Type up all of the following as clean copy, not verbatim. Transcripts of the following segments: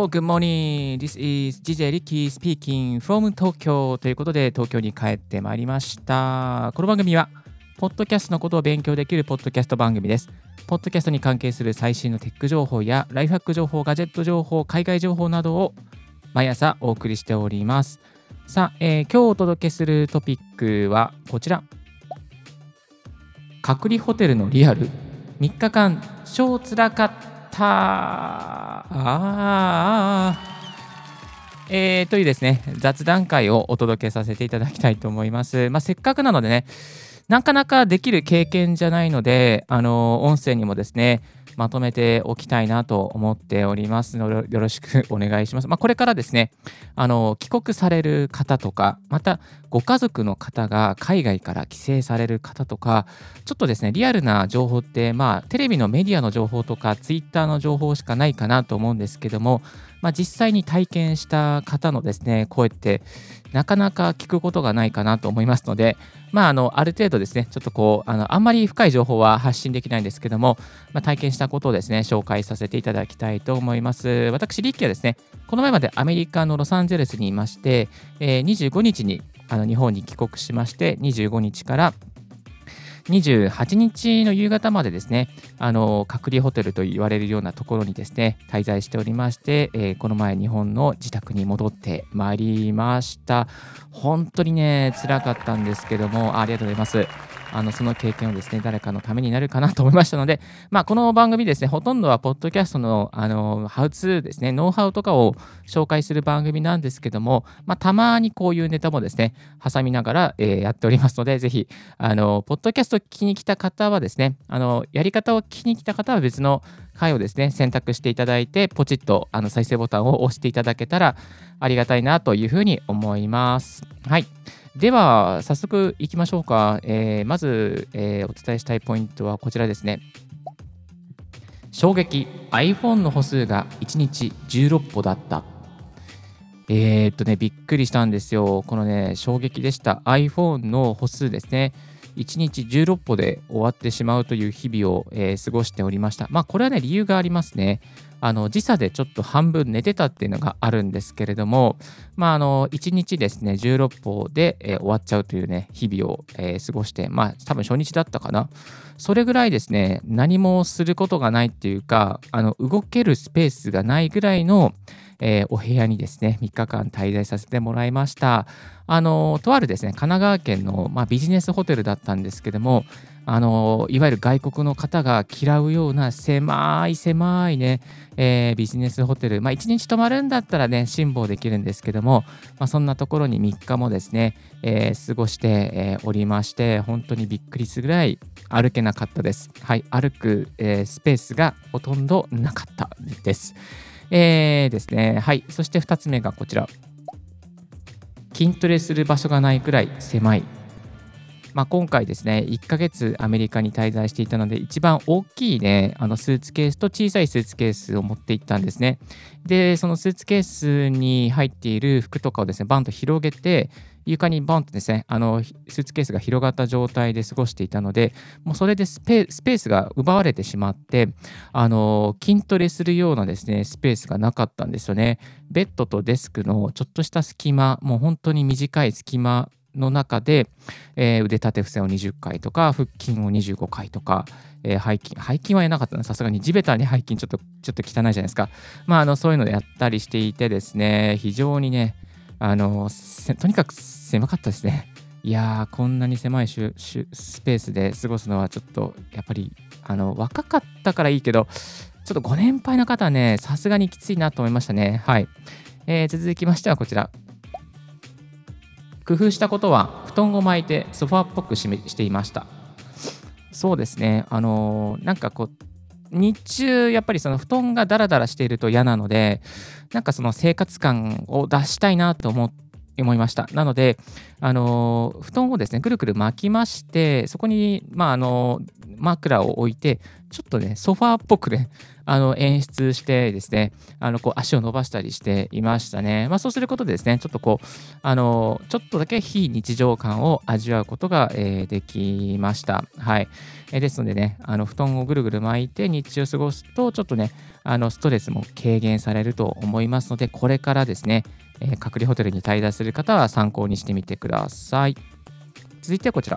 Hello, good morning. This is DJ Ricky speaking from Tokyo ということで東京に帰ってまいりました。この番組はポッドキャストのことを勉強できるポッドキャスト番組です。ポッドキャストに関係する最新のテック情報やライフハック情報、ガジェット情報、海外情報などを毎朝お送りしております。さあ、今日お届けするトピックはこちら。隔離ホテルのリアル3日間超つらかったというですね雑談会をお届けさせていただきたいと思います。せっかくなのでね、なかなかできる経験じゃないので、音声にもですねまとめておきたいなと思っておりますので、よろしくお願いします。これからですね帰国される方とか、またご家族の方が海外から帰省される方とか、ちょっとですねリアルな情報ってテレビのメディアの情報とかツイッターの情報しかないかなと思うんですけども、実際に体験した方のですね声ってなかなか聞くことがないかなと思いますので、ある程度ですねちょっとあんまり深い情報は発信できないんですけども、体験したことをですね紹介させていただきたいと思います。私リッキーはですねこの前までアメリカのロサンゼルスにいまして、25日に日本に帰国しまして、25日から28日の夕方までですね隔離ホテルと言われるようなところにですね滞在しておりまして、この前日本の自宅に戻ってまいりました。本当にね辛かったんですけども、ありがとうございます。その経験をですね誰かのためになるかなと思いましたので、この番組ですねほとんどはポッドキャストのハウツーですね、ノウハウとかを紹介する番組なんですけども、たまにこういうネタもですね挟みながら、やっておりますので、ぜひポッドキャスト聞きに来た方はですねやり方を聞きに来た方は別の回をですね選択していただいて、ポチッと再生ボタンを押していただけたらありがたいなというふうに思います。はい。では早速いきましょうか。まず、お伝えしたいポイントはこちらですね。衝撃 iPhone の歩数が1日16歩だった。びっくりしたんですよ。このね衝撃でした。 iPhone の歩数ですね、1日16歩で終わってしまうという日々を、過ごしておりました。これはね理由がありますね。時差でちょっと半分寝てたっていうのがあるんですけれども、1日ですね16歩で、終わっちゃうというね日々を、過ごして、多分初日だったかな。それぐらいですね何もすることがないっていうか、動けるスペースがないぐらいの、お部屋にですね3日間滞在させてもらいました。とあるですね神奈川県の、ビジネスホテルだったんですけども、いわゆる外国の方が嫌うような狭いね、ビジネスホテル、1日泊まるんだったらね辛抱できるんですけども、そんなところに3日もですね、過ごして、おりまして、本当にびっくりするぐらい歩けなかったです。はい、歩く、スペースがほとんどなかったです。ですね。はい。そして2つ目がこちら。筋トレする場所がないくらい狭い。今回ですね、1ヶ月アメリカに滞在していたので、一番大きいね、スーツケースと小さいスーツケースを持って行ったんですね。で、そのスーツケースに入っている服とかをですね、バンと広げて、床にバンとですね、スーツケースが広がった状態で過ごしていたので、もうそれでスペースが奪われてしまって、筋トレするようなですね、スペースがなかったんですよね。ベッドとデスクのちょっとした隙間、もう本当に短い隙間の中で、腕立て伏せを20回とか、腹筋を25回とか、背筋はやらなかったな、さすがに地べたに背筋ちょっと汚いじゃないですか。そういうのでやったりしていてですね、非常にね、とにかく狭かったですね。いやー、こんなに狭いスペースで過ごすのはちょっとやっぱり若かったからいいけど、ちょっとご年配の方はね、さすがにきついなと思いましたね。はい。続きましてはこちら。工夫したことは布団を巻いてソファーっぽくしていました。そうですね。日中やっぱりその布団がダラダラしていると嫌なので、その生活感を出したいなと思いました。なので、布団をですね、ぐるぐる巻きまして、そこに、枕を置いて、 ちょっとね、ソファーっぽくね、演出してですね、こう足を伸ばしたりしていましたね。そうすることでですね、ちょっとこう、ちょっとだけ非日常感を味わうことが、できました。はい。ですのでね、布団をぐるぐる巻いて日中過ごすと、ちょっとね、ストレスも軽減されると思いますので、これからですね、隔離ホテルに滞在する方は参考にしてみてください。続いてはこちら。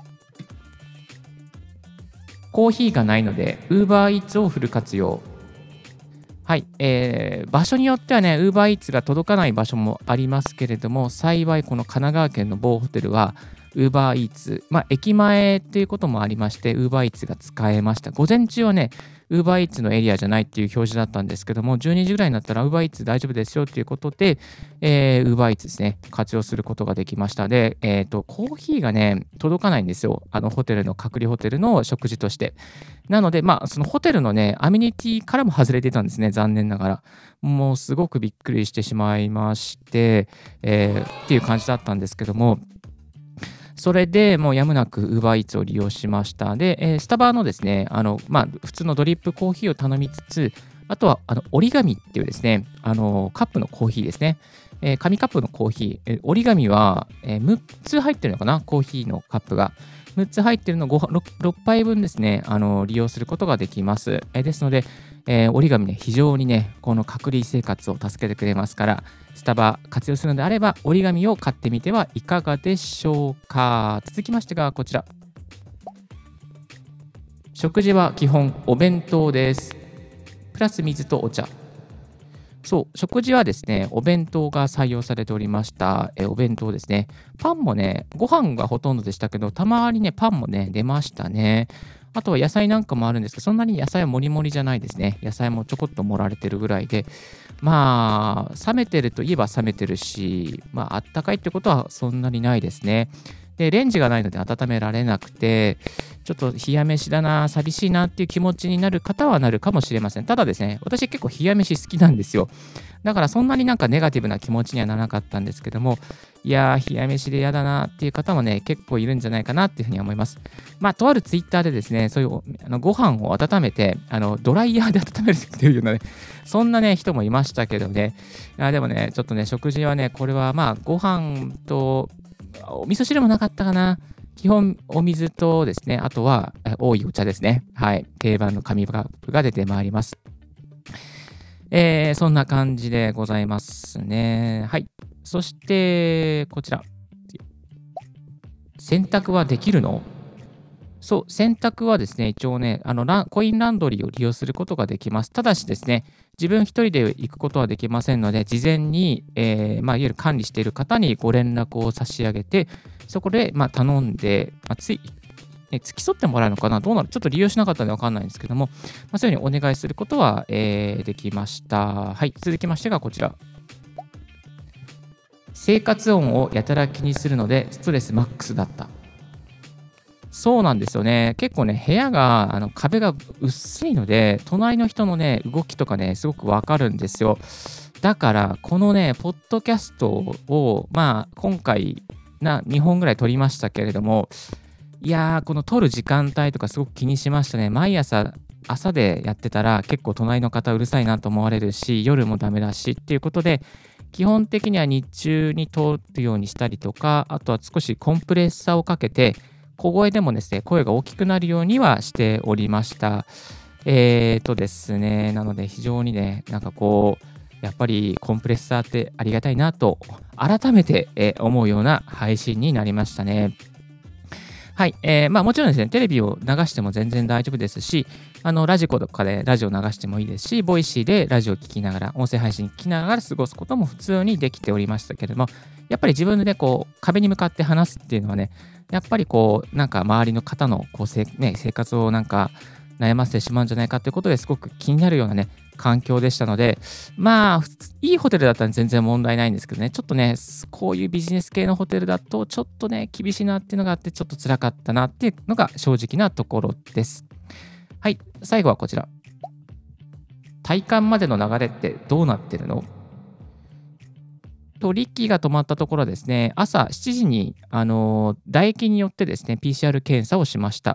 コーヒーがないので Uber Eats をフル活用。はい、場所によってはね、Uber Eats が届かない場所もありますけれども、幸いこの神奈川県の某ホテルは Uber Eats、駅前っていうこともありまして、Uber Eats が使えました。午前中はね、Uber Eats のエリアじゃないっていう表示だったんですけども、12時ぐらいになったら Uber Eats 大丈夫ですよっていうことで、Uber Eats ですね、活用することができました。で、コーヒーがね、届かないんですよ。ホテルの、隔離ホテルの食事として。なので、そのホテルのね、アメニティからも外れていたんですね、残念ながら。もうすごくびっくりしてしまいまして、っていう感じだったんですけども、それでもうやむなく UberEats を利用しました。で、スタバのですね、普通のドリップコーヒーを頼みつつ、あとは折り紙っていうですね、カップのコーヒーですね。紙カップのコーヒー、折り紙は、6つ入ってるのかな、コーヒーのカップが。6つ入ってるのを 6杯分ですね、利用することができます。ですので、折り紙ね、非常にね、この隔離生活を助けてくれますから、スタバ活用するのであれば、折り紙を買ってみてはいかがでしょうか。続きましてがこちら。食事は基本お弁当です。プラス水とお茶。そう、食事はですね、お弁当が採用されておりました。お弁当ですね。パンもね、ご飯がほとんどでしたけど、たまにね、パンもね、出ましたね。あとは野菜なんかもあるんですけど、そんなに野菜はもりもりじゃないですね。野菜もちょこっと盛られてるぐらいで、冷めてるといえば冷めてるし、あったかいってことはそんなにないですね。で、レンジがないので温められなくて、ちょっと冷や飯だな、寂しいなっていう気持ちになる方はなるかもしれません。ただですね、私結構冷や飯好きなんですよ。だからそんなになんかネガティブな気持ちにはならなかったんですけども、いやー、冷や飯で嫌だなっていう方もね、結構いるんじゃないかなっていうふうに思います。とあるツイッターでですね、そういうご飯を温めて、ドライヤーで温めるっていうようなね、そんなね、人もいましたけどね。でもね、ちょっとね、食事はね、これはご飯と、お味噌汁もなかったかな。基本お水とですね、あとは多いお茶ですね。はい。定番の紙カップが出てまいります。そんな感じでございますね。はい。そして、こちら。洗濯はできるの？そう、洗濯はですね、一応ね、コインランドリーを利用することができます。ただしですね、自分一人で行くことはできませんので、事前に、いわゆる管理している方にご連絡を差し上げて、そこで、頼んで、付き添ってもらえるのかな、どうなるちょっと利用しなかったのでわかんないんですけども、そういうふうにお願いすることは、できました。はい、続きましてがこちら。生活音をやたら気にするので、ストレスマックスだった。そうなんですよね。結構ね、部屋が、壁が薄いので、隣の人のね、動きとかね、すごくわかるんですよ。だから、このね、ポッドキャストを、今回、2本ぐらい撮りましたけれども、いやー、この撮る時間帯とかすごく気にしましたね。毎朝、朝でやってたら、結構隣の方うるさいなと思われるし、夜もダメだしっていうことで、基本的には日中に撮るようにしたりとか、あとは少しコンプレッサーをかけて、小声でもですね、声が大きくなるようにはしておりました。ですね、なので非常にね、やっぱりコンプレッサーってありがたいなと、改めて、思うような配信になりましたね。はい、もちろんですね、テレビを流しても全然大丈夫ですし、ラジコとかでラジオ流してもいいですし、ボイシーでラジオを聞きながら、音声配信聞きながら過ごすことも普通にできておりましたけれども、やっぱり自分でね、壁に向かって話すっていうのはね、やっぱり周りの方の生活を悩ませてしまうんじゃないかということですごく気になるようなね、環境でしたので、いいホテルだったら全然問題ないんですけどね、ちょっとね、こういうビジネス系のホテルだと、ちょっとね、厳しいなっていうのがあって、ちょっと辛かったなっていうのが正直なところです。はい、最後はこちら。体感までの流れってどうなってるの？リッキーが泊まったところはですね、朝7時に、唾液によってですね、PCR 検査をしました。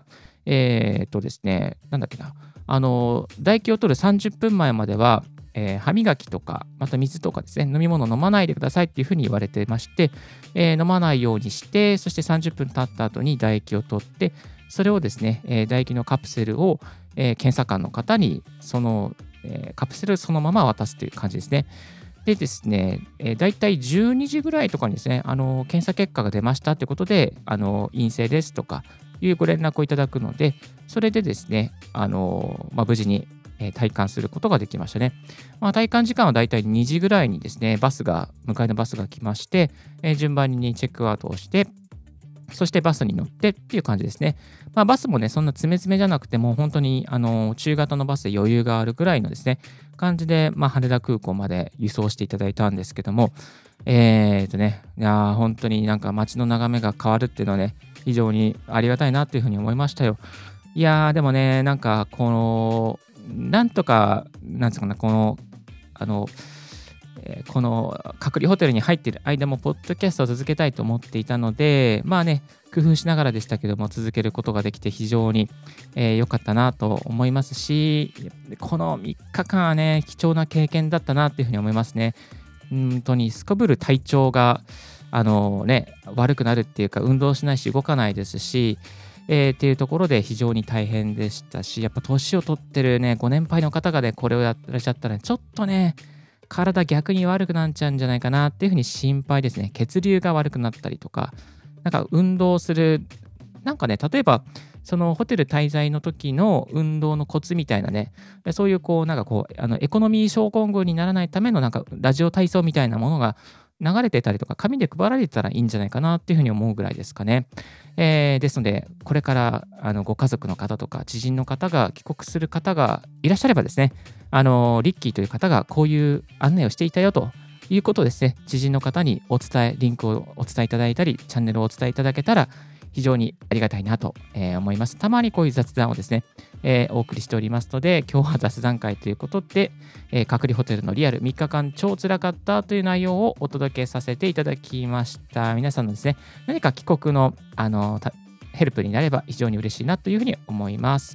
ですね、なんだっけな、唾液を取る30分前までは、歯磨きとか、また水とかですね、飲み物飲まないでくださいっていうふうに言われてまして、飲まないようにして、そして30分経った後に唾液を取って、それをですね、唾液のカプセルを、検査官の方に、その、カプセルそのまま渡すという感じですね。でですね、だいたい12時ぐらいとかにですね、検査結果が出ましたということで、陰性ですとかいうご連絡をいただくので、それでですね、無事に体感することができましたね。体感時間はだいたい2時ぐらいにですね、迎えのバスが来まして、順番にチェックアウトをして、そしてバスに乗ってっていう感じですね。バスもね、そんな詰め詰めじゃなくても、本当に中型のバスで余裕があるぐらいのですね、感じで、羽田空港まで輸送していただいたんですけども、いやー、本当になんか街の眺めが変わるっていうのはね、非常にありがたいなっていうふうに思いましたよ。いやー、でもね、なんかなんとか、なんつうかな、あの、この隔離ホテルに入っている間も、ポッドキャストを続けたいと思っていたので、工夫しながらでしたけども、続けることができて非常に良かったなと思いますし、この3日間はね、貴重な経験だったなっていうふうに思いますね。本当にすこぶる体調が悪くなるっていうか、運動しないし動かないですし、っていうところで非常に大変でしたし、やっぱ年を取ってるね、ご年配の方がね、これをやってらっしゃったら、ちょっとね、体逆に悪くなっちゃうんじゃないかなっていうふうに心配ですね。血流が悪くなったりとか、なんか運動する、なんかね、例えば、そのホテル滞在の時の運動のコツみたいなね、そういうエコノミー症候群にならないためのなんかラジオ体操みたいなものが流れてたりとか、紙で配られてたらいいんじゃないかなっていうふうに思うぐらいですかね。ですので、これからご家族の方とか知人の方が帰国する方がいらっしゃればですね、リッキーという方がこういう案内をしていたよということをですね、知人の方にリンクをお伝えいただいたり、チャンネルをお伝えいただけたら非常にありがたいなと思います。たまにこういう雑談をですね、お送りしておりますので、今日は雑談会ということで、隔離ホテルのリアル3日間超辛かったという内容をお届けさせていただきました。皆さんのですね、何か帰国のヘルプになれば非常に嬉しいなというふうに思います。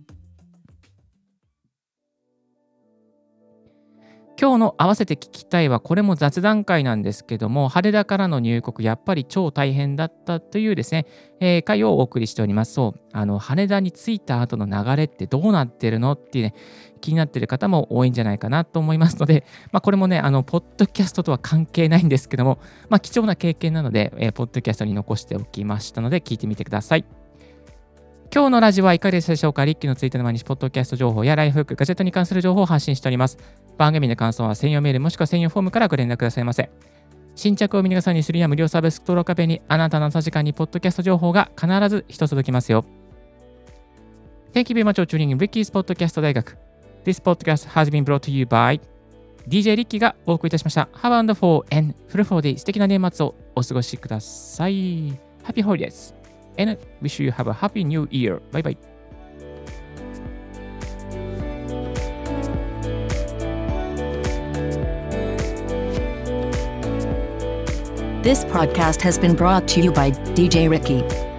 今日の合わせて聞きたいは、これも雑談会なんですけども、羽田からの入国、やっぱり超大変だったというですね、回をお送りしております。そう、羽田に着いた後の流れってどうなってるのっていうね、気になっている方も多いんじゃないかなと思いますので、これもね、ポッドキャストとは関係ないんですけども、貴重な経験なので、ポッドキャストに残しておきましたので、聞いてみてください。今日のラジオはいかがでしたでしょうか。リッキーのツイートの毎日ポッドキャスト情報やライフフック、ガジェットに関する情報を発信しております。番組の感想は専用メールもしくは専用フォームからご連絡くださいませ。新着を見逃さにするや無料サービス登録カフェにあなたの朝時間にポッドキャスト情報が必ず一つ届きますよ。Thank you very much for tuning in Ricky's Podcast 大学。This podcast has been brought to you by DJ リッキーがお送りいたしました。Have a wonderful and fruitful day。素敵な年末をお過ごしください。Happy holidays。And wish you have a happy new year. Bye bye. This podcast has been brought to you by DJ Ricky.